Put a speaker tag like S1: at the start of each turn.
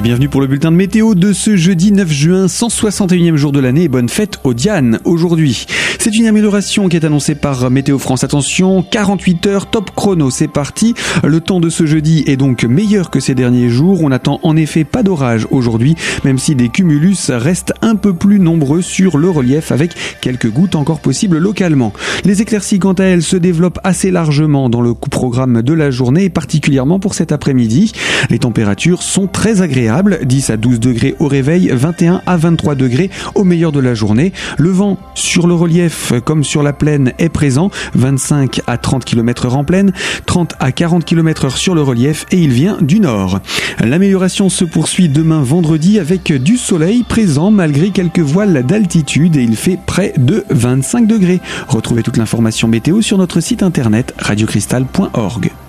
S1: bienvenue pour le bulletin de météo de ce jeudi 9 juin, 161e jour de l'année et bonne fête aux Dianes aujourd'hui. C'est une amélioration qui est annoncée par Météo France. Attention, 48 heures top chrono, c'est parti. Le temps de ce jeudi est donc meilleur que ces derniers jours. On n'attend en effet pas d'orage aujourd'hui, même si des cumulus restent un peu plus nombreux sur le relief avec quelques gouttes encore possibles localement. Les éclaircies quant à elles se développent assez largement dans le programme de la journée et particulièrement pour cet après-midi. Les températures sont très agréables, 10 à 12 degrés au réveil, 21 à 23 degrés au meilleur de la journée. Le vent sur le relief comme sur la plaine est présent, 25 à 30 km/h en plaine, 30 à 40 km/h sur le relief et il vient du nord. L'amélioration se poursuit demain vendredi avec du soleil présent malgré quelques voiles d'altitude et il fait près de 25 degrés. Retrouvez toute l'information météo sur notre site internet radiocristal.org.